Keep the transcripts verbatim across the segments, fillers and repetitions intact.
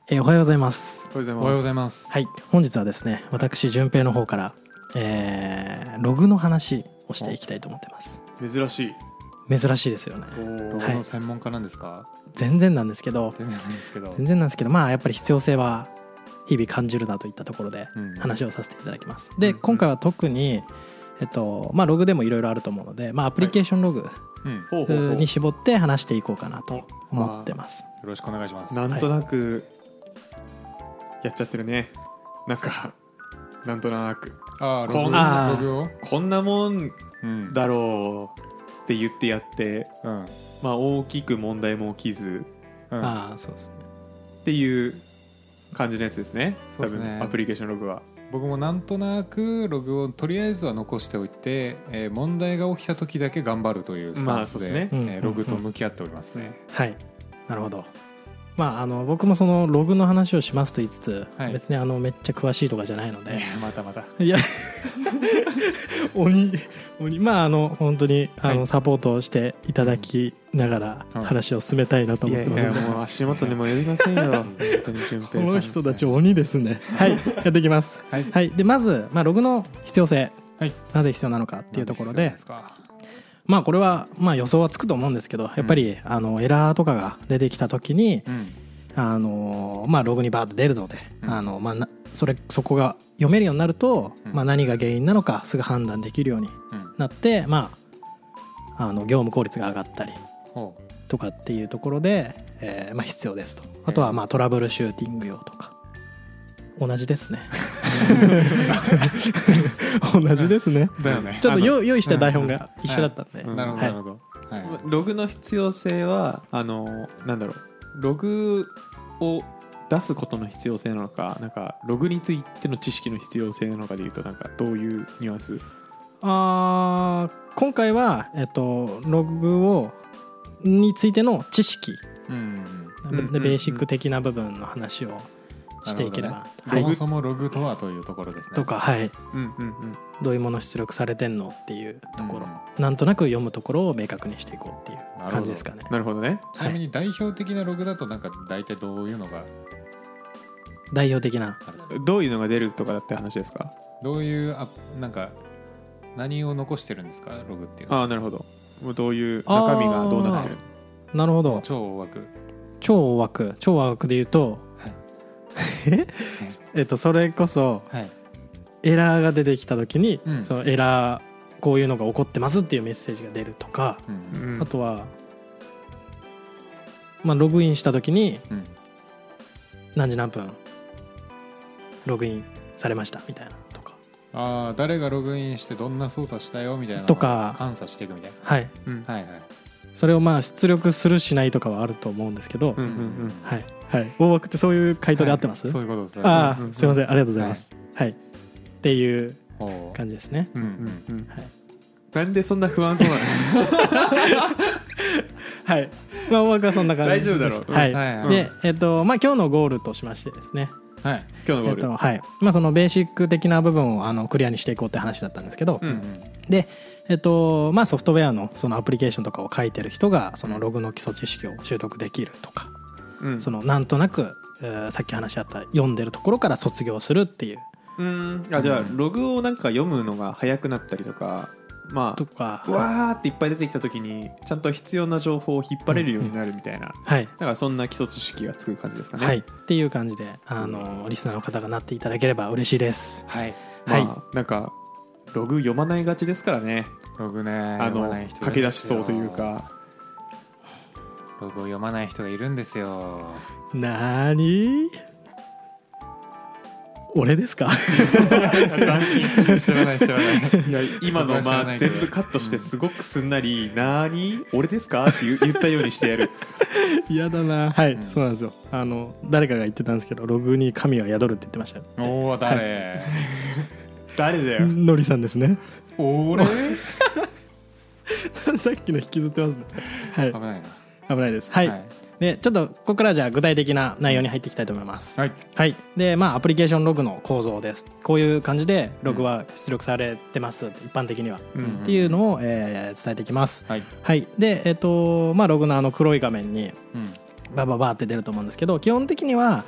えー、おはようございます。 おはようございます。 はい、本日はですね、私順平の方から、えー、ログの話をしていきたいと思ってます。 珍しい珍しいですよね。 ログの専門家なんですか？はい、 全然なんですけど全然なんですけど全然なんですけどまあやっぱり必要性は日々感じるなといったところで話をさせていただきます、うん、で、うん、今回は特に、えっとまあ、ログでもいろいろあると思うので、まあ、アプリケーションログに絞って話していこうかなと思ってます、 よろしくお願いします。 なんとなくやっちゃってるね。なんかなんとなくあこんなログをこんなもんだろうって言ってやって、うん、まあ大きく問題も起きず、 うん、ああそうですねっていう感じのやつですね。 そうですね、 多分アプリケーションログは僕もなんとなくログをとりあえずは残しておいて、えー、問題が起きた時だけ頑張るというスタンスで、まあそうですね、えー、ログと向き合っておりますね、うんうんうん、 はいなるほど。まあ、あの僕もそのログの話をしますと言いつつ、はい、別にあのめっちゃ詳しいとかじゃないのでまたまたいや鬼鬼まああの本当にあのサポートをしていただきながら話を進めたいなと思ってますので、 いやいやもう足元にもよりませんよ本当に順平さんこの人たち鬼ですねはいやっていきます、はいはい、でまず、まあ、ログの必要性、はい、なぜ必要なのかっていうところでまあこれはまあ予想はつくと思うんですけどやっぱりあのエラーとかが出てきた時に、うん、あのまあログにバーッと出るので、うん、あのまあそれそこが読めるようになると、うんまあ、何が原因なのかすぐ判断できるようになって、うん、まああの業務効率が上がったりとかっていうところで、えーまあ、必要ですと。あとはまあトラブルシューティング用とか同じですね同じですねだよね。 ちょっと用意した台本が一緒だったんで、 うんはい、なるほどなるほど、 はい、ログの必要性はあのなんだろうログを出すことの必要性なのか、なんかログについての知識の必要性なのかでいうとなんかどういうニュアンス？ あ今回は、えっと、ログをについての知識、うん、でベーシック的な部分の話をしていければ、ねはい、そもそもログとはというところですね。 とか、はい、うんうんうん、どういうもの出力されてんのっていうところ、うん、なんとなく読むところを明確にしていこうっていう感じですかね。 なるほどね。 ちなみに代表的なログだとなんか大体どういうのが代表的などういうのが出るとかだって話ですか？ どういうあなんか何を残してるんですかログっていうのは。 ああなるほど。どういう中身がどうなってる。 なるほど。 超大枠超大枠超大枠で言うとえっとそれこそ、はい、エラーが出てきた時に、うん、そのエラーこういうのが起こってますっていうメッセージが出るとか、うんうん、あとは、まあ、ログインした時に、うん、何時何分ログインされましたみたいなとか、 あ誰がログインしてどんな操作したよみたいなとか監査していくみたいな、 はい、うん、はいはいそれをまあ出力するしないとかはあると思うんですけど、うんうんうん、はいはい、大枠ってそういう回答で合ってます？はい、 そういうことですね。 ああ、うんうん、すいませんありがとうございます、はい、はい、っていう感じですね、うんうんうんはい、 なんでそんな不安そうなのはい、まあ、大枠はそんな感じです。 大丈夫だろう、 はいはいはい、で、えっとまあ、今日のゴールとしましてですね、 はい、今日のゴール、 えっとはいまあ、そのベーシック的な部分をあのクリアにしていこうって話だったんですけど、うんうん、でえっとまあ、ソフトウェア の, そのアプリケーションとかを書いてる人がそのログの基礎知識を習得できるとか、うん、そのなんとなく、えー、さっき話し合った読んでるところから卒業するっていう。 うんあじゃあログをなんか読むのが早くなったりとか、まあ、 とかわーっていっぱい出てきた時にちゃんと必要な情報を引っ張れるようになるみたいな、うんうんはい、だからそんな基礎知識がつく感じですかね。 はいっていう感じであのリスナーの方がなっていただければ嬉しいです。 はい、まあ、はい、なんかログ読まないがちですからね。 ログねあの駆け出しそうというかログを読まない人がいるんですよ。 なーに俺ですか斬新知らない知らないいや今のまあ全部カットしてすごくすんなり、うん、なーに俺ですかって言ったようにしてやる嫌だな。はい、うん、そうなんですよ。あの誰かが言ってたんですけどログに神は宿るって言ってましたよ。 おー誰、はい、 誰だよ。 のりさんですね。 俺さっきの引きずってますね。はい、 危ないな。 危ないです。はい、はい、でちょっとここからじゃあ具体的な内容に入っていきたいと思います。はい、はい、でまあアプリケーションログの構造です。こういう感じでログは出力されてます、うん、一般的には、うんうん、っていうのを、えー、伝えていきます。はい、はい、でえっ、ー、とまあログのあの黒い画面にバババーって出ると思うんですけど、基本的には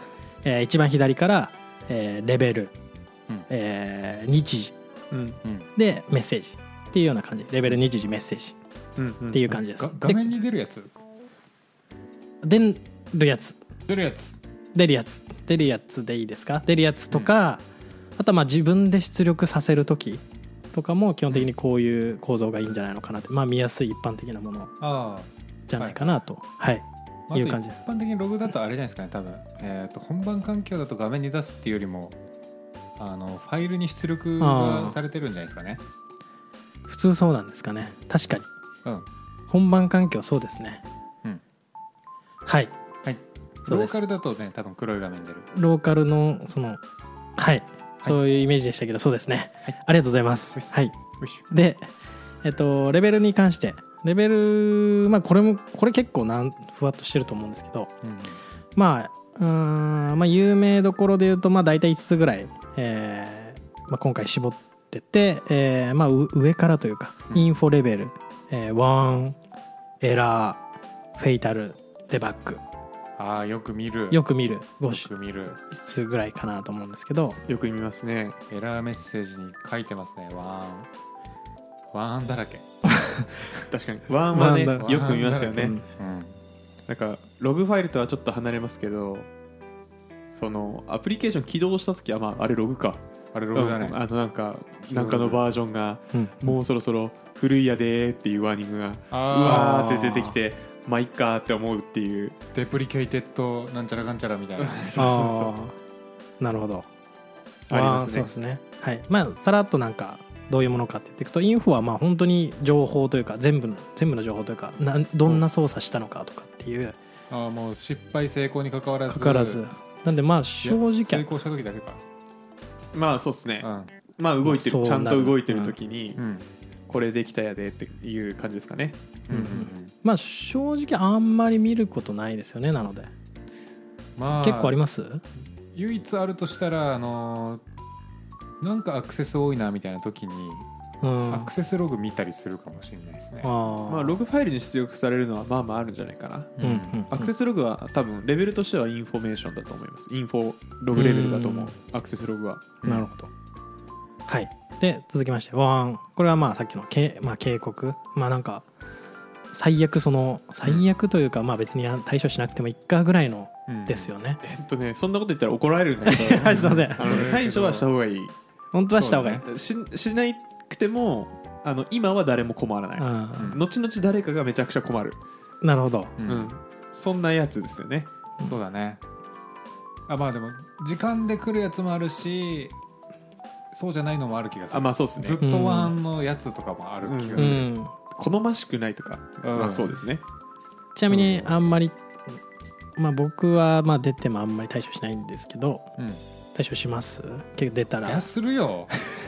えー、一番左から、えー、レベル、うんえー、日時、うん、でメッセージっていうような感じ。レベル日時メッセージっていう感じです、うんうん、 画面に出るやつ出るやつ出るやつ出るやつ出るやつでいいですか。出るやつとか、うん、あとはまあ自分で出力させるときとかも基本的にこういう構造がいいんじゃないのかなって、まあ見やすい一般的なものじゃないかなと、はい、はい、いう感じ。 一般的にログだとあれじゃないですかね、多分、えー、と本番環境だと画面に出すっていうよりもあのファイルに出力がされてるんじゃないですかね。 普通そうなんですかね。確かに、うん、本番環境そうですね、うん、はい、 はい、ローカルだとね多分黒い画面出る。 ローカルのそのはい、はい、そういうイメージでしたけど、そうですね、はい、ありがとうございます。はい、で、えっと、レベルに関してレベル、まあ、これもこれ結構なんふわっとしてると思うんですけど、うん、まあうーん、まあ、有名どころで言うと、まあ、大体いつつぐらい、えーまあ、今回絞ってて、えーまあ、上からというか、うん、インフォレベル、えー、ワンエラーフェイタルデバッグ、 ああよく見るよく見るご種よく見るいつつぐらいかなと思うんですけど、 よく見ますね。 エラーメッセージに書いてますね。ワンワンだらけ確かにワンはねよく見ますよね、うん、なんかログファイルとはちょっと離れますけど、そのアプリケーション起動した時は、まあ、あれログか、 あれログだね、 うん、あのなんかなんかのバージョンが、うん、もうそろそろ古いやでっていうワーニングがうわーって出てきて、まあいっかって思うっていう、 デプリケイテッドなんちゃらかんちゃらみたいなそうそうそう、なるほど、ありますね。そうですね、はい、まあさらっとなんかどういうものかって言っていくと、インフォはまあ本当に情報というか全部の全部の情報というかなどんな操作したのかとかっていう、 あもう失敗成功に関わらず関わらずなんで、まあ正直成功した時だけか、 まあそうですね、うん、まあ動いてる、ちゃんと動いてる時に、うん、これできたやでっていう感じですかね、うんうんうん、 まあ正直あんまり見ることないですよね。なので、まあ、結構あります。 唯一あるとしたら、あのーなんかアクセス多いなみたいな時に、うん、アクセスログ見たりするかもしれないですね。 あ、まあ、ログファイルに出力されるのはまあまああるんじゃないかな、うんうんうん、アクセスログは多分レベルとしてはインフォメーションだと思います。インフォログレベルだと思う、アクセスログは、 うん、なるほど。はい。で続きましてワン、これはまあさっきの、まあ、警告、まあなんか最悪その最悪というか、まあ別に対処しなくてもいっかぐらいのですよね、 うん、えっとねそんなこと言ったら怒られるんだけどはいすいません、 あの対処はした方がいい。 本当はした方がいい、 ね、し, しなくてもあの今は誰も困らない、うん、後々誰かがめちゃくちゃ困る。 なるほど、 うんうん、そんなやつですよね、 うん、そうだね。あまあでも時間で来るやつもあるしそうじゃないのもある気がする。 あ、まあそうですね、 ずっとワンのやつとかもある気がする、うんうん、 好ましくないとか、うん、まあそうですね。 ちなみにあんまり、まあ、僕はまあ出てもあんまり対処しないんですけど、うん対処します？結構出たら。 いやするよ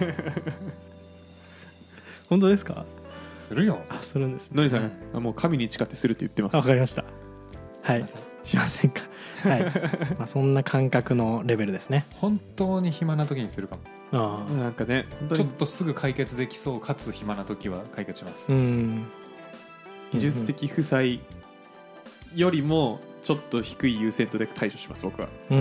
本当ですか？ するよ。 あ、するんですね。 のりさん、うん、もう神に誓ってするって言ってます。 わかりました。はい。しませんか。はい。まあそんな感覚のレベルですね。 本当に暇な時にするかも。 ああ。なんかね、 ちょっとすぐ解決できそうかつ暇な時は解決します。うん。 技術的負債よりもちょっと低い優先度で対処します僕は、うんうん、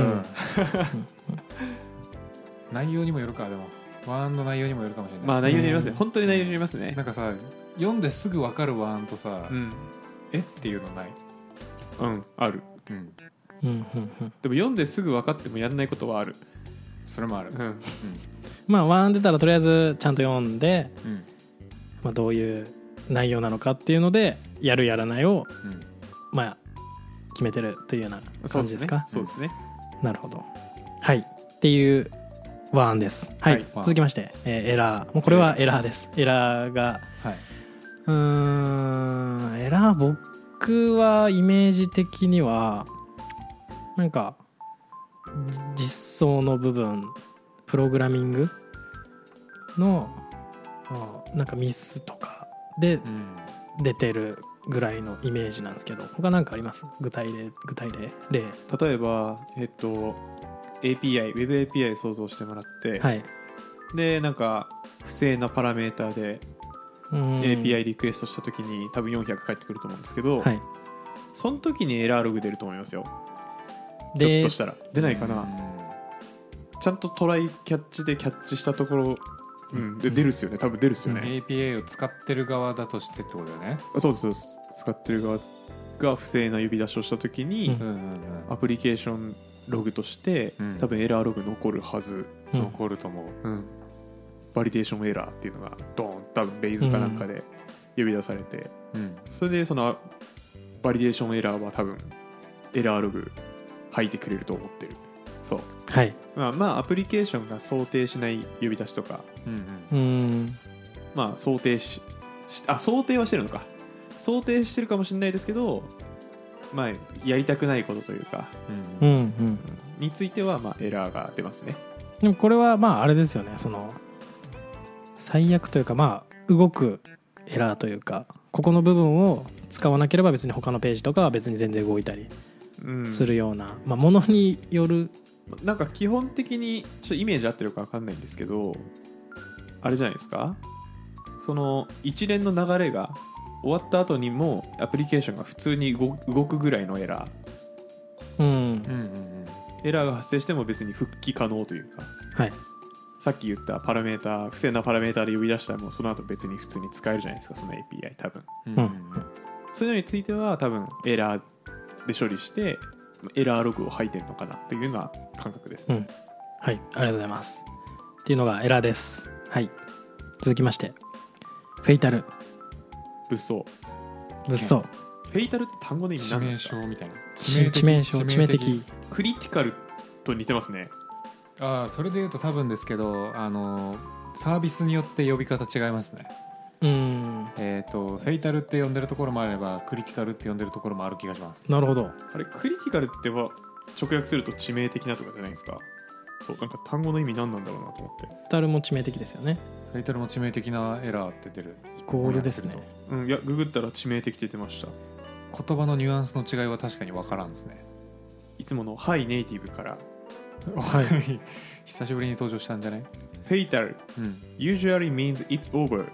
内容にもよるか。でもワンの内容にもよるかもしれない。 まあ内容によりますね、うん、本当に内容によりますね。 なんかさ読んですぐ分かるワンとさ、うん、えっていうのない？ うんある、うん、でも読んですぐ分かってもやんないことはある。 それもある、うんうん、 まあワン出たらとりあえずちゃんと読んで、うんまあ、どういう内容なのかっていうのでやるやらないを、うん、まあ決めてるというような感じですか。 そうですね、 うん、なるほど。はいっていうワンです。はい、はい、続きまして、えー、エラー。もうこれはエラーです。エラーが、はい、うーんエラー僕はイメージ的にはなんか実装の部分プログラミングのなんかミスとかで出てるぐらいのイメージなんですけど、他何かあります？具体例具体例例例えば、えっと、エーピーアイ ウェブ エーピーアイ 想像してもらって、はい、でなんか不正なパラメータで エーピーアイ リクエストした時に多分よんひゃく返ってくると思うんですけど、はい、その時にエラーログ出ると思いますよ。 ひょっとしたら出ないかな。ちゃんとトライキャッチでキャッチしたところ、うん、で出るっすよね。多分出るっすよね、うん、 エーピーアイ を使ってる側だとしてってことだよね。 そうですそうです。使ってる側が不正な呼び出しをしたときに、うんうんうん、アプリケーションログとして、うん、多分エラーログ残るはず、 うん、残ると思う、うん、 バリデーションエラーっていうのがドーン多分レイズかなんかで呼び出されて、うん、それでそのバリデーションエラーは多分エラーログ吐いてくれると思ってる。そう、 はい、 まあ、まあアプリケーションが想定しない呼び出しとか、 うんうん、うんまあ想定しあ想定はしてるのか想定してるかもしれないですけど、まあ、やりたくないことというか、 うんうんうん、 についてはまあエラーが出ますね。 でもこれはまああれですよね、その最悪というかまあ動くエラーというか、ここの部分を使わなければ別に他のページとかは別に全然動いたりするような、うんまあ、ものによる。 なんか基本的にちょっとイメージ合ってるか分かんないんですけど、あれじゃないですか、その一連の流れが終わった後にもアプリケーションが普通に動くぐらいのエラー、うんうんうん、 エラーが発生しても別に復帰可能というか、 はい、 さっき言ったパラメーター不正なパラメーターで呼び出したらもうその後別に普通に使えるじゃないですか、その エーピーアイ 多分、うんうん、そういうのについては多分エラーで処理してエラーログを吐いてるのかなというような感覚ですね、うん、 はい、ありがとうございますっていうのがエラーです。はい、続きましてフェイタル物騒物騒フェイタルって単語の意味何ですか？ 致命傷みたいな。 致命傷致命的クリティカルと似てますね。 ああ、それでいうと多分ですけど、あのサービスによって呼び方違いますね。 うーんえーとフェイタルって呼んでるところもあればクリティカルって呼んでるところもある気がします。 なるほど。 あれクリティカルっては直訳すると致命的なとかじゃないですか。そう、なんか単語の意味何なんだろうなと思って。 フェイタルも致命的ですよね。 フェイタルも致命的なエラーって出るイコールですね。 うん、いやググったら致命的って出てました。 言葉のニュアンスの違いは確かに分からんですね。 いつものハイネイティブからはい久しぶりに登場したんじゃない？ フェイタル、うん、usually means it's over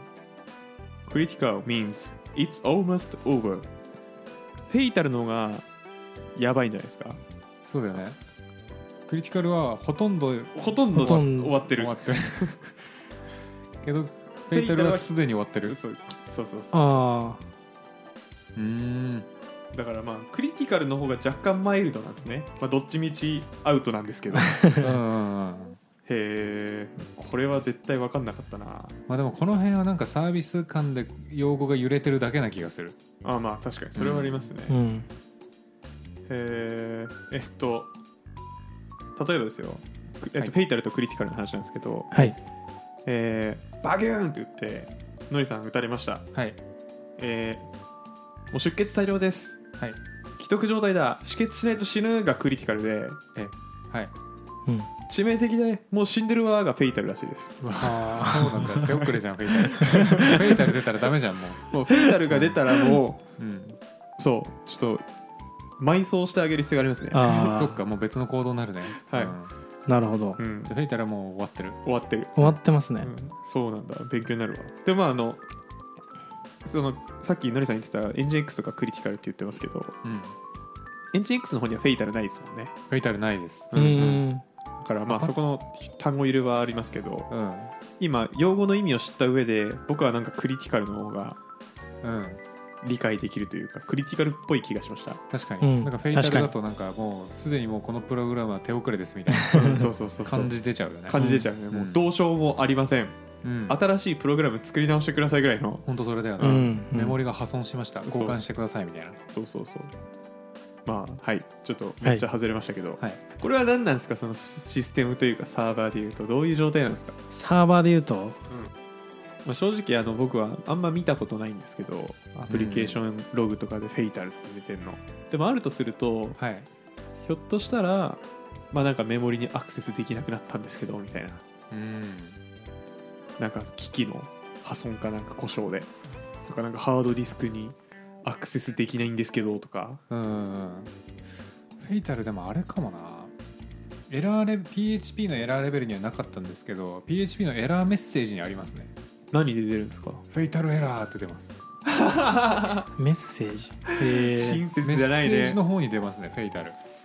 critical means it's almost over。 フェイタルの方がやばいんじゃないですか。 そうだよね。クリティカルはほとんどほとんど終わってる終わってるけどフェイタルはすでに終わってる。 そうそうそうそう。 ああ、 うーん、 だからまあクリティカルの方が若干マイルドなんですね。まあどっちみちアウトなんですけどうんうん、うん、へえ、これは絶対分かんなかったな。 まあでもこの辺はなんかサービス間で用語が揺れてるだけな気がする。 ああ、まあ確かにそれはありますね、 うんうん、 へえ、えっと例えばですよ、えっと、フェイタルとクリティカルの話なんですけど、 はい、 えー、バギューンって言ってノリさん撃たれました。 はい、 えー、もう出血大量です。 はい、 既得状態だ、止血しないと死ぬがクリティカルで、 えはい、 うん、 致命的でもう死んでるわがフェイタルらしいです。 あ、そうなんだ。手遅れじゃんフェイタルフェイタル出たらダメじゃん。もうもうフェイタルが出たらもう、うん、 うん、 そうちょっと埋葬してあげる必要がありますね。 あそっか、もう別の行動になるね。 はい、うん、 なるほど、 うん、じゃフェイタルはもう終わってる終わってる終わってますね、 うん、そうなんだ、勉強になるわ。でまああのそのさっきのりさん言ってたエンジン X とかクリティカルって言ってますけど、うん、エンジン X の方にはフェイタルないですもんね。 フェイタルないです、 うんうん、 だからまあそこの単語入れはありますけど、 うん、 今用語の意味を知った上で僕はなんかクリティカルの方が、うん、理解できるというかクリティカルっぽい気がしました。 確かに、うん、なんかフェイタルだとなんかもうすでにもうこのプログラムは手遅れですみたいなそうそうそう感じ出ちゃうよね。 感じ出ちゃうね、うん、もうどうしようもありません、うん、新しいプログラム作り直してくださいぐらいの。 本当それだよね、うん、メモリが破損しました、交換してくださいみたいな。 そうそうそう。まあはい、ちょっとめっちゃ外れましたけど、 はい、 これは何なんですか、そのシステムというかサーバーでいうとどういう状態なんですか。 サーバーでいうと、うん、 まあ、正直あの僕はあんま見たことないんですけど、アプリケーションログとかでフェイタルって出てるの、うん、でもあるとすると、はい、ひょっとしたらまあなんかメモリにアクセスできなくなったんですけどみたいな、うん、なんか機器の破損かなんか故障でとか、なんかハードディスクにアクセスできないんですけどとか、うんうん、 フェイタルでもあれかもな、エラーレ ピーエイチピー のエラーレベルにはなかったんですけど ピーエイチピー のエラーメッセージにありますね。 何で出るんですか。 フェイタルエラーって出ますメッセージ、 えー、親切じゃないね。 メッセージの方に出ますねフェイタル。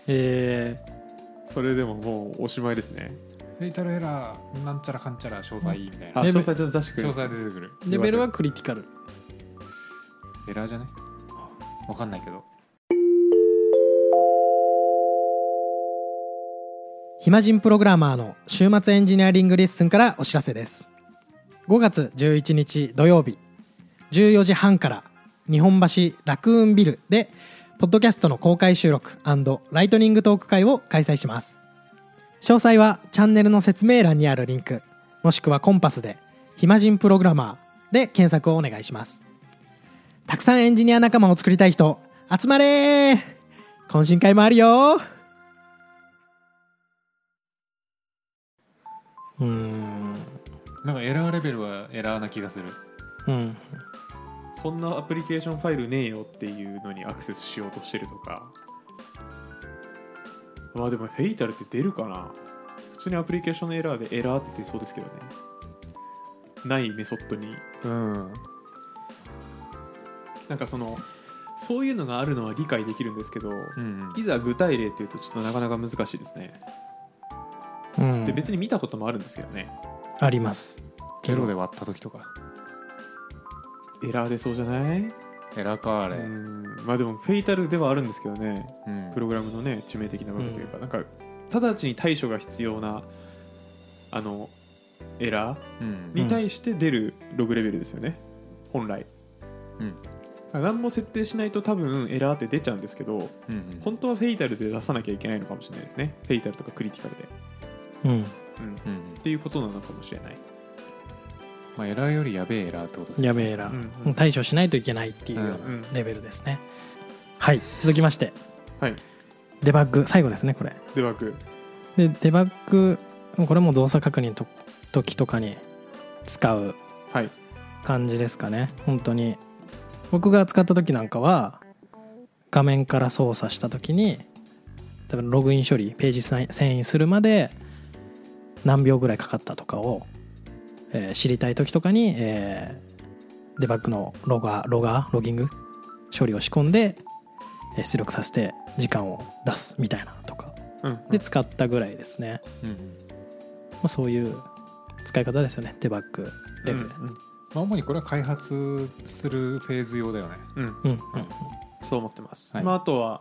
えー、それでももうおしまいですね。 フェイタルエラーなんちゃらかんちゃら詳細みたいな、 あ、詳細出してくる。 詳細出てくる。 レベルはクリティカル。 エラーじゃね、分かんないけど。 暇人プログラマーの週末エンジニアリングレッスンからお知らせです。ごがつじゅういちにち土曜日じゅうよじはんから日本橋ラクーンビルでポッドキャストの公開収録&ライトニングトーク会を開催します。詳細はチャンネルの説明欄にあるリンク、もしくはコンパスで暇人プログラマーで検索をお願いします。たくさんエンジニア仲間を作りたい人集まれー。懇親会もあるよ。うーん、 なんかエラーレベルはエラーな気がする。 うん、 そんなアプリケーションファイルねえよっていうのにアクセスしようとしてるとか。まあでもフェイタルって出るかな。普通にアプリケーションのエラーでエラーって出そうですけどね。ないメソッドに。 うん。 なんかそのそういうのがあるのは理解できるんですけど、 うんうん、 いざ具体例っていうとちょっとなかなか難しいですね。うん、で別に見たこともあるんですけどね。 あります。 ゼロで割った時とかエラー出そうじゃない？ エラーかあれ。 うん、まあでもフェイタルではあるんですけどね、うん、プログラムのね致命的な部分というか、うん、なんか直ちに対処が必要なあのエラーに対して出るログレベルですよね、うん、本来、うん、何も設定しないと多分エラーって出ちゃうんですけど、うんうん、本当はフェイタルで出さなきゃいけないのかもしれないですね。フェイタルとかクリティカルで、うんうんうん、っていうことなのかもしれない。 まあ、エラーよりやべえエラーってことですね。 やべえエラー、うんうん、対処しないといけないっていうようなレベルですね、うんうん、はい。続きまして、はい、デバッグ最後ですね。これデバッグでデバッグ、これも動作確認と時とかに使う感じですかね、はい、本当に僕が使った時なんかは画面から操作した時に多分ログイン処理ページ遷移するまで何秒ぐらいかかったとかをえー、知りたい時とかに、えー、デバッグのロガー、ロガー、ロギング処理を仕込んで、えー、出力させて時間を出すみたいなとか、うんうん、で使ったぐらいですね、うんまあ、そういう使い方ですよね、デバッグレベル、うんうん、まあ、主にこれは開発するフェーズ用だよね、うんうんうん、 そう思ってます、はい。まあ、あとは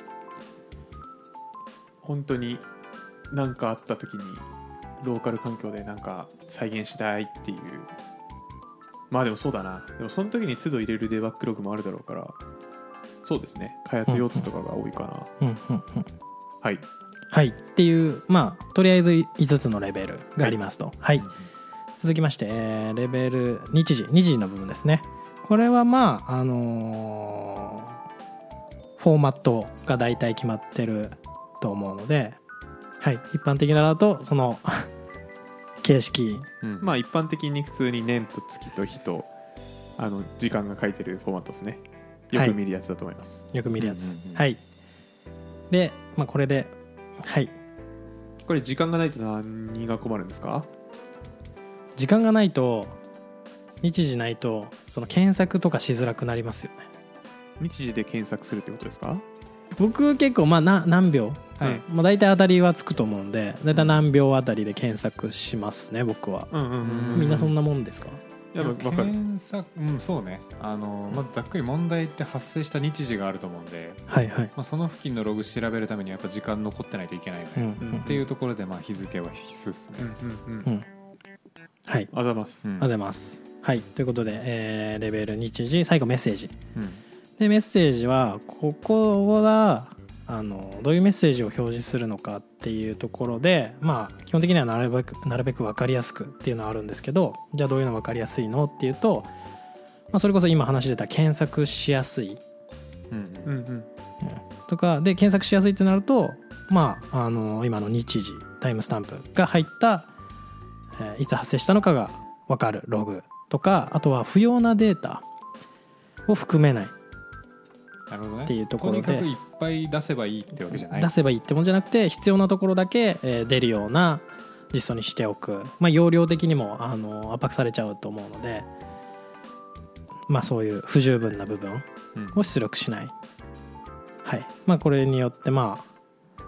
本当に何かあった時にローカル環境でなんか再現したいっていう。まあでもそうだな、でもその時に都度入れるデバッグログもあるだろうから、そうですね、開発用途とかが多いかな、うんうんうん、はいはいっていう、まあとりあえずいつつのレベルがありますと、はい、はい、続きまして、えー、レベル日時日時の部分ですね。これはまああのー、フォーマットが大体決まってると思うので、はい、一般的なだとその形式、 うん、まあ一般的に普通に年と月と日とあの時間が書いてるフォーマットですね。よく見るやつだと思います、 はい、よく見るやつ、うんうんうん、はい。で、まあ、これで、はい、 これ時間がないと何が困るんですか？ 時間がないと、日時ないとその検索とかしづらくなりますよね。 日時で検索するってことですか？ 僕結構まあな何秒、はい、まあ、大体当たりはつくと思うんで、大体何秒あたりで検索しますね、僕は、うんうんうんうん、みんなそんなもんですか？ いや検索、うん、そうね、あの、まあ、ざっくり問題って発生した日時があると思うんで、はいはい、まあ、その付近のログ調べるためにはやっぱ時間残ってないといけないよね、うんうんうん、っていうところでまあ日付は必須ですね、うんうんうんうん、 はい、 あざます、 うん、あざます、はい。ということで、えー、レベル日時、最後メッセージ、うん、でメッセージはここはあのどういうメッセージを表示するのかっていうところで、まあ基本的にはなるべくなるべく分かりやすくっていうのはあるんですけど、じゃあどういうの分かりやすいのっていうと、まあ、それこそ今話してた検索しやすい、うんうんうん、とかで、検索しやすいってなると、まああの今の日時タイムスタンプが入った、えー、いつ発生したのかが分かるログとか、あとは不要なデータを含めないなるほどね、 っていうところで、 とにかくいっぱい出せばいいってわけじゃない、 出せばいいってもんじゃなくて、必要なところだけ出るような実装にしておく、まあ、容量的にもあの圧迫されちゃうと思うので、まあ、そういう不十分な部分を出力しない、うん、はい、まあ、これによってまあ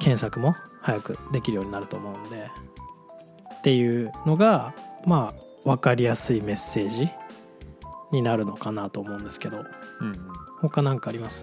検索も早くできるようになると思うんでっていうのがまあ分かりやすいメッセージになるのかなと思うんですけど、うんうん、他何かあります？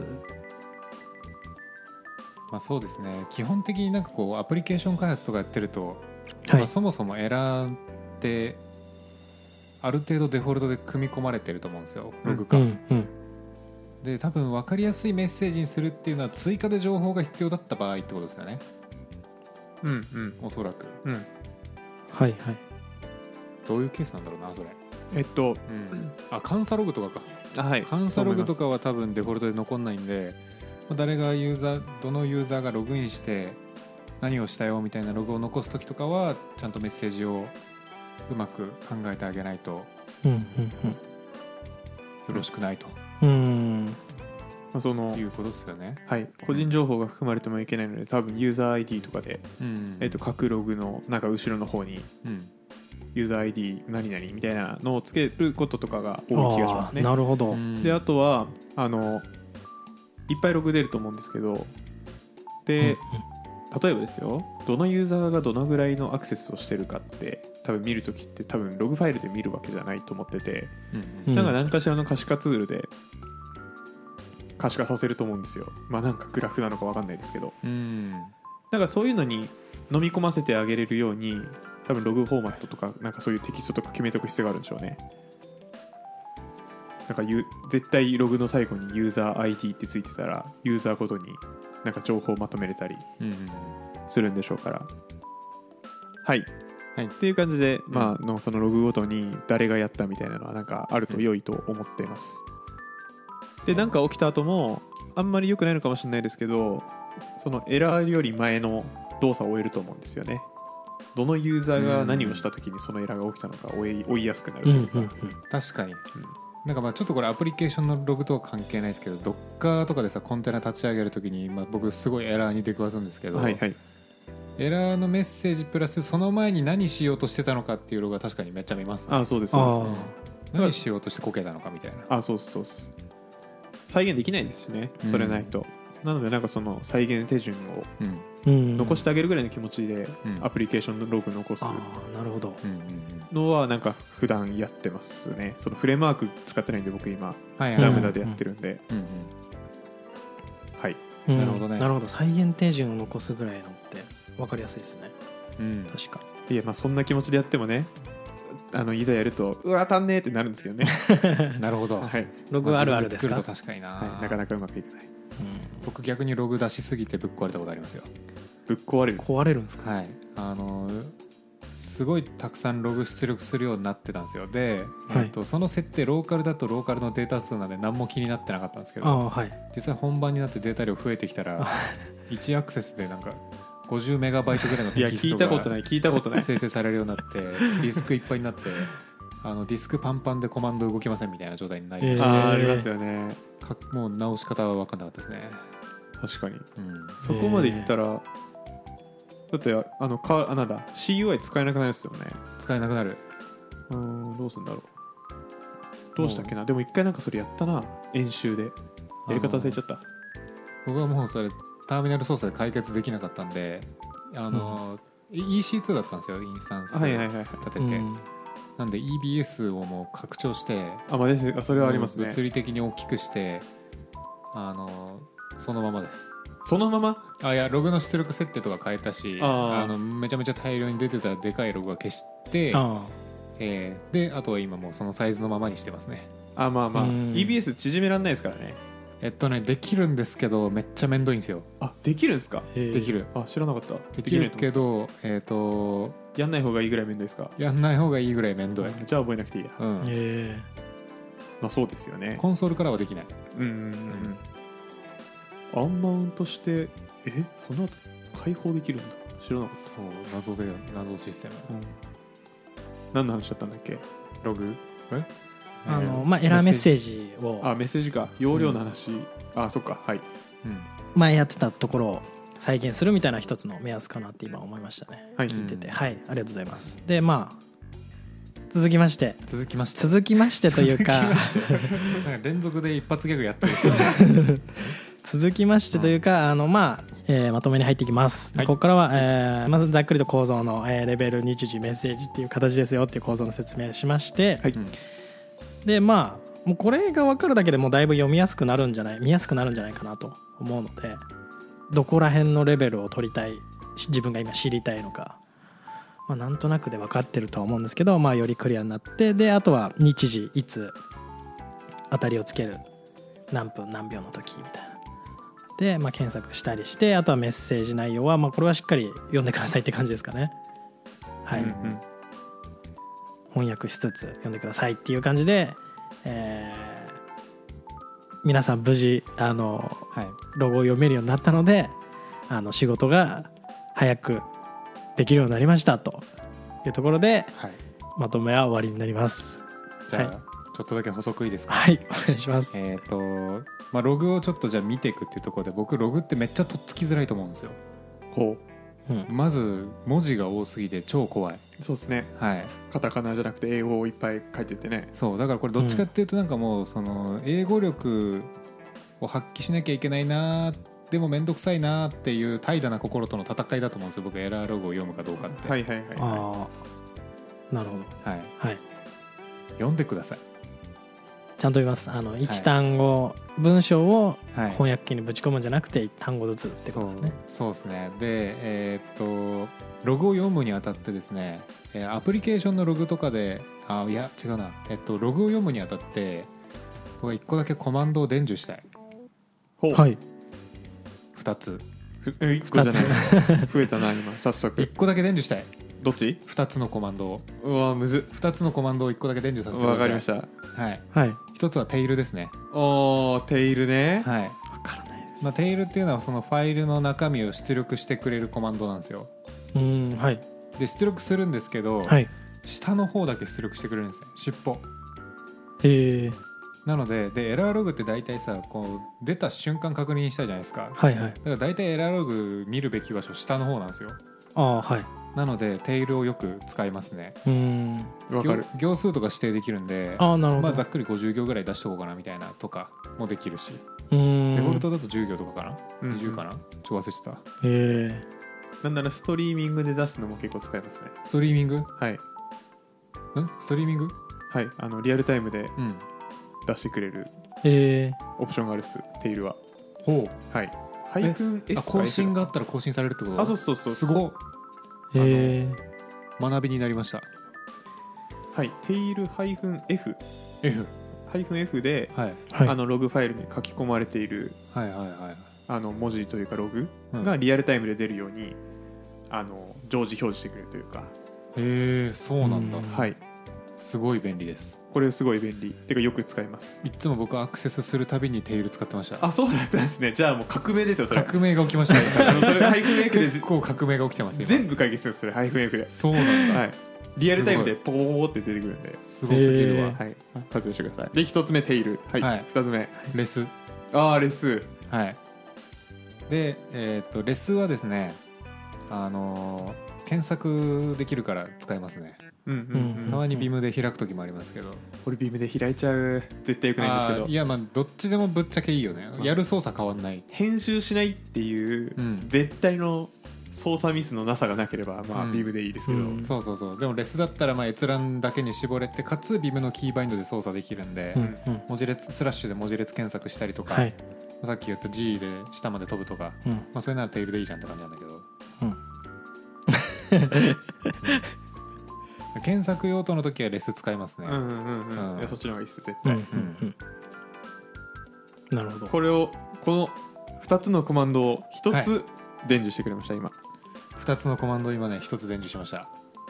まあ、そうですね、基本的になんかこうアプリケーション開発とかやってると、はいまあ、そもそもエラーってある程度デフォルトで組み込まれてると思うんですよ、ログか、うんうん、で多分分かりやすいメッセージにするっていうのは追加で情報が必要だった場合ってことですよね。うんうんおそらく、うん、はいはいどういうケースなんだろうなそれ。 えっと、うん、 あ監査ログとかか、はい、監査ログとかは多分デフォルトで残んないんで、誰がユーザーどのユーザーがログインして何をしたよみたいなログを残すときとかはちゃんとメッセージをうまく考えてあげないとよろしくないと、うんうんまあ、そのいうことですよね。 はい、個人情報が含まれてもいけないので多分ユーザー アイディー とかで、うんえー、と各ログのなんか後ろの方に、うんユーザー アイディー 何々みたいなのをつけることとかが多い気がしますね。 なるほど。 であとはあのいっぱいログ出ると思うんですけどで、うんうん、例えばですよどのユーザーがどのぐらいのアクセスをしてるかって多分見るときって多分ログファイルで見るわけじゃないと思ってて、うんうん、なんか何かしらの可視化ツールで可視化させると思うんですよ。まあなんかグラフなのか分かんないですけど、うん、なんかそういうのに飲み込ませてあげれるように多分ログフォーマットとかなんかそういうテキストとか決めておく必要があるんでしょうね。なんか絶対ログの最後にユーザー アイディー ってついてたらユーザーごとになんか情報をまとめれたりするんでしょうから、うんうん、はい、はい、っていう感じで、うんまあ、のそのログごとに誰がやったみたいなのはなんかあると良いと思っています。でなんか起きた後もあんまり良くないのかもしれないですけどそのエラーより前の動作を終えると思うんですよね。どのユーザーが何をした時にそのエラーが起きたのか追い、追いやすくなるというか、うんうんうん、 確かに、うんなんかまあちょっとこれアプリケーションのログとは関係ないですけど Docker とかでさコンテナ立ち上げるときに、まあ、僕すごいエラーに出くわすんですけど、はいはい、エラーのメッセージプラスその前に何しようとしてたのかっていうログは確かにめっちゃ見ますね。 あそうですそうです、 うん、何しようとしてこけたのかみたいな。 あそうですそうです再現できないですよねそれないと、うん、なのでなんかその再現手順を残してあげるぐらいの気持ちでアプリケーションのログ残す、うん、あなるほど、うんうんのはなんか普段やってますね。そのフレームワーク使ってないんで僕今ラムダでやってるんで、うんうん、はい、 うん、なるほどね。なるほど再現手順を残すぐらいのって分かりやすいですね、うん、確かに。いやまあそんな気持ちでやってもねあのいざやるとうわ足んねえってなるんですけどねなるほど、 はい、ログあるあるですか。 作ると確かにな、はい、なかなかうまくいかない、うん、 僕逆にログ出しすぎてぶっ壊れたことありますよ。 ぶっ壊れる壊れるんですか。 はいあのーすごいたくさんログ出力するようになってたんですよ。で、はいえっと、その設定ローカルだとローカルのデータ数なんで何も気になってなかったんですけど、はい、実際本番になってデータ量増えてきたらいちアクセスでなんかごじゅうメガバイトぐらいのテキストが聞いたことない生成されるようになってディスクいっぱいになってあのディスクパンパンでコマンド動きませんみたいな状態になりまして、えー、 あ, ありますよね。 かもう直し方は分かんなかったですね。 確かに、うん、そこまでいったら、えーだってあのかあなんだ シーユーアイ 使えなくなるですよね。 使えなくなる。 うーんどうするんだろう。どうしたっけな。でも一回なんかそれやったな演習で。やり方忘れちゃった。 僕はもうそれターミナル操作で解決できなかったんであの、うん、イーシーツー だったんですよインスタンス立てて、はいはいはいはい、うん、なんで イービーエス をもう拡張してあ、まあ、ですそれはありますね。 物理的に大きくしてあのそのままです。 そのままあいやログの出力設定とか変えたし あ, あのめちゃめちゃ大量に出てたでかいログは消してあ、えー、であとは今もうそのサイズのままにしてますね。 あまあまあ イービーエス 縮めらんないですからね。 えっとねできるんですけどめっちゃめんどいんですよ。 あできるんですか。 できる。 あ知らなかった。 できるけどえっ、ー、とやんない方がいいぐらいめんどいですか。 やんない方がいいぐらいめんどい。 じゃあ覚えなくていいや、うん、へまあそうですよね。 コンソールからはできない。うんうんうん、アンマウントしてえその後解放できるんだ。知らなかった。 そう謎で謎システム、うん、 何の話だったんだっけ。 ログえあの、まあ、エラーメッセージをあメッセージか容量の話、うん、あそっかはい、 うん、前やってたところを再現するみたいな一つの目安かなって今思いましたね、はい、聞いてて、うん、はいありがとうございます。でまあ続きまして続きまして続きましてというかなんか連続で一発ギャグやってる続きましてというか、うん、あのまあえー、まとめに入っていきます、はい、ここからは、えー、まずざっくりと構造の、えー、レベル、日時、メッセージっていう形ですよっていう構造の説明をしまして、はい、でまあもうこれが分かるだけでもうだいぶ読みやすくなるんじゃない見やすくなるんじゃないかなと思うので、どこら辺のレベルを取りたい、自分が今知りたいのか、まあ、なんとなくで分かってるとは思うんですけど、まあ、よりクリアになって、であとは日時、いつ当たりをつける、何分何秒の時みたいなで、まあ、検索したりして、あとはメッセージ内容は、まあ、これはしっかり読んでくださいって感じですかね。はい、うんうん、翻訳しつつ読んでくださいっていう感じで、えー、皆さん無事あの、はい、ロゴを読めるようになったので、あの仕事が早くできるようになりましたというところで、はい、まとめは終わりになります。 じゃあ、はい、ちょっとだけ補足いいですか。 はい、お願いします。 えっとまあ、ログをちょっとじゃあ見ていくっていうところで、僕ログってめっちゃとっつきづらいと思うんですよ。 ほう、うん、まず文字が多すぎて超怖い。 そうですね、 はい、 カタカナじゃなくて英語をいっぱい書いててね。 そうだからこれどっちかっていうとなんかもうその英語力を発揮しなきゃいけないな、でもめんどくさいなっていう怠惰な心との戦いだと思うんですよ、僕エラーログを読むかどうかって。 はいはいはい、はい、 ああなるほど、 はいはい、 読んでください。 ちゃんと言います。あの一単語、はい、文章を翻訳機にぶち込むんじゃなくて一単語ずつってことですね。 そう、そうですね。で、えー、っとログを読むにあたってですね、アプリケーションのログとかで、あいや違うな、えっとログを読むにあたって僕はいっこだけコマンドを伝授したい。 ほう、 はい、 ふたついっこじゃない増えたな今早速。 いっこだけ伝授したい。 どっち？ ふたつのコマンドを。 うわむず。 ふたつのコマンドをいっこだけ伝授させてください。 わかりました。 はい、 はい、 ひとつはテイルですね。 おーテイルね。 はい、 わからないです。 まあ、テイルっていうのはそのファイルの中身を出力してくれるコマンドなんですよ。 うん、はい、 で出力するんですけど、はい、下の方だけ出力してくれるんですね、尻尾。 へえ。 なので、でエラーログって大体さこう出た瞬間確認したいじゃないですか。 はいはい。 だから大体エラーログ見るべき場所下の方なんですよ。 ああはい。 なのでテイルをよく使いますね。 うーん、 わかる。 行数とか指定できるんで、 あなるほど、 まあ、ざっくりごじゅう行ぐらい出しとこうかなみたいなとかもできるし、 うーんデフォルトだとじゅう行とかかな、 うん、 にじゅうかな、ちょっと忘れてた。 へえ。 なんならストリーミングで出すのも結構使えますね。 ストリーミング？ はい。んストリーミング？ はい、あのリアルタイムで出してくれるオプションがあるっす、テイルは。 ほう。はい。ハイフン S 更新があったら更新されるってこと？ あ、そうそうそう。 すごっ。 へえ。 学びになりました。 はい、テイル -F F -F で、 はい、 あのログファイルに書き込まれている、 はいはいはい、 あの文字というかログがリアルタイムで出るように、うん、あの常時表示してくれるというか。 へえ、そうなんだ。 はい、 すごい便利です。 これすごい便利てかよく使います。 いつも僕アクセスするたびにテイル使ってました。 あ、そうだったんですね。じゃあもう革命ですよそれ。 革命が起きましたね。 あのそれハイフン F で結構革命が起きてます。 全部解決するそれハイフン F で。 そうなんだ。はい、 リアルタイムでポーって出てくるんで、 すごすぎるわ。 はい、活用してください。でひとつめテイル、はい、はい、ふたつめレス。 あーレス。 はい。で、えー、っとレスはですね、あのー、検索できるから使えますね。 うんうんうん、 たまにビームで開く時もありますけど。 俺ビームで開いちゃう。絶対よくないんですけど。 いやまあどっちでもぶっちゃけいいよね。やる操作変わんない。 編集しないっていう、うん、絶対の操作ミスのなさがなければ、まあ、うん、ビームでいいですけど、うん、 そうそうそう。でもレスだったらまあ閲覧だけに絞れて、かつビームのキーバインドで操作できるんで、うんうん、文字列スラッシュで文字列検索したりとか、はい、さっき言った G で下まで飛ぶとか、うん、まあ、それならテイルでいいじゃんって感じなんだけど、うん検索用途の時はレス使いますね。うんうんうん、うん、いやそっちの方がいいです絶対、うんうんうん、 なるほど。これをこのふたつのコマンドをひとつ伝授してくれました、はい、今ふたつのコマンドを今ねひとつ伝授しました。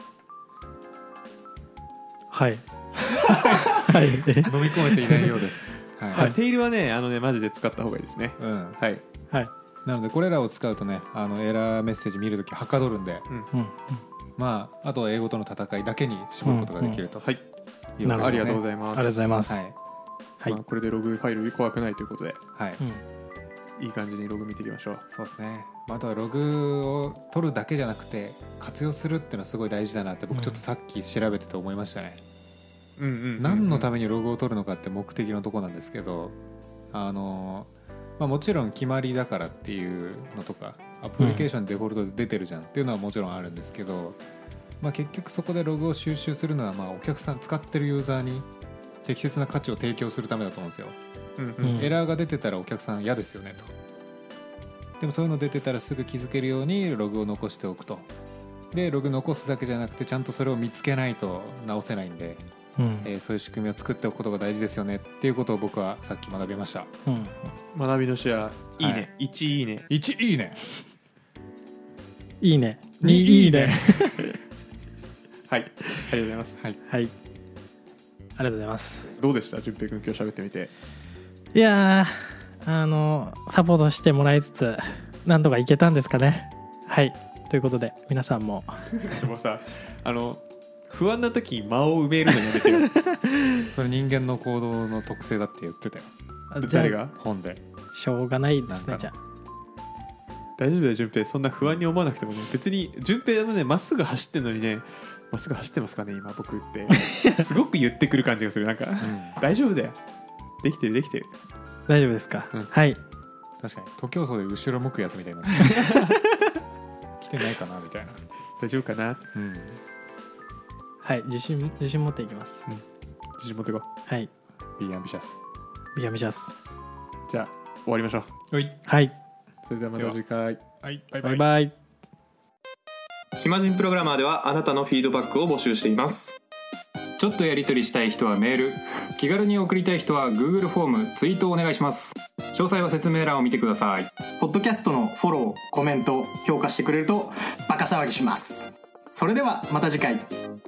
はいはい飲み込めていないようです。 はいはい、テイルはねあのねマジで使った方がいいですね。 うん、 はいはい。 なのでこれらを使うとね、あのエラーメッセージ見るときはかどるんで、うんうん、まあ、あとは英語との戦いだけに絞ることができると、うんうん、 はいね、ありがとうございます。 ありがとうございます、 はいはいまあ、これでログファイル怖くないということで、 はいうん、いい感じにログ見ていきましょう。 そうですね。あとはログを取るだけじゃなくて活用するっていうのはすごい大事だなって僕ちょっとさっき調べてて思いましたね、うんうんうんうん、何のためにログを取るのかって目的のとこなんですけど、あの、まあ、もちろん決まりだからっていうのとか、 アプリケーションデフォルトで出てるじゃんっていうのはもちろんあるんですけど、まあ、結局そこでログを収集するのはまあお客さん使ってるユーザーに適切な価値を提供するためだと思うんですよ、うんうん、エラーが出てたらお客さん嫌ですよねと。でもそういうの出てたらすぐ気づけるようにログを残しておくと。でログ残すだけじゃなくてちゃんとそれを見つけないと直せないんで、うんえー、そういう仕組みを作っておくことが大事ですよねっていうことを僕はさっき学びました、うん、 学びのシェアいいね、はい、いちいいねいちいいねいいねにいいねはい、ありがとうございます。 はい、はい、ありがとうございます。 どうでした？淳平君今日喋ってみて。 いやー、あのサポートしてもらいつつなんとかいけたんですかね。はい、ということで皆さんもでもさ、あの不安な時に間を埋めるのやめてよそれ人間の行動の特性だって言ってたよ。 誰が？ 本で。 しょうがないですね。じゃあ大丈夫だよ淳平、そんな不安に思わなくてもね。別に淳平のねまっすぐ走ってんのにね、まっすぐ走ってますかね今僕ってすごく言ってくる感じがする。なんか、うん、大丈夫だよ、できてるできてる、 大丈夫ですか、うん、はい。 確かに徒競走で後ろ向くやつみたいな来てないかなみたいな。 大丈夫かな、うん、 はい、自信自信持っていきます、うん、 自信持っていこう。はい、 Be ambitious Be ambitious。 じゃあ終わりましょう。 はい、はい、 それではまた次回。 はい、 バイバイ。バイバイ。 暇人プログラマーではあなたのフィードバックを募集しています。 ちょっとやり取りしたい人はメール、気軽に送りたい人は Google フォーム、ツイートをお願いします。詳細は説明欄を見てください。 ポッドキャストのフォロー、コメント、評価してくれるとバカ騒ぎします。それではまた次回。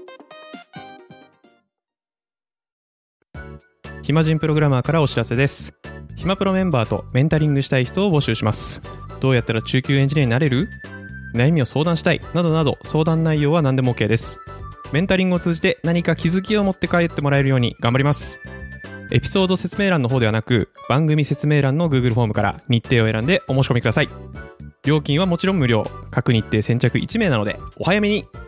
暇人プログラマーからお知らせです。暇プロメンバーとメンタリングしたい人を募集します。どうやったら中級エンジニアになれる？悩みを相談したいなどなど、相談内容は何でも OK です。メンタリングを通じて何か気づきを持って帰ってもらえるように頑張ります。エピソード説明欄の方ではなく、番組説明欄の Google フォームから日程を選んでお申し込みください。料金はもちろん無料、各日程先着いち名なのでお早めに。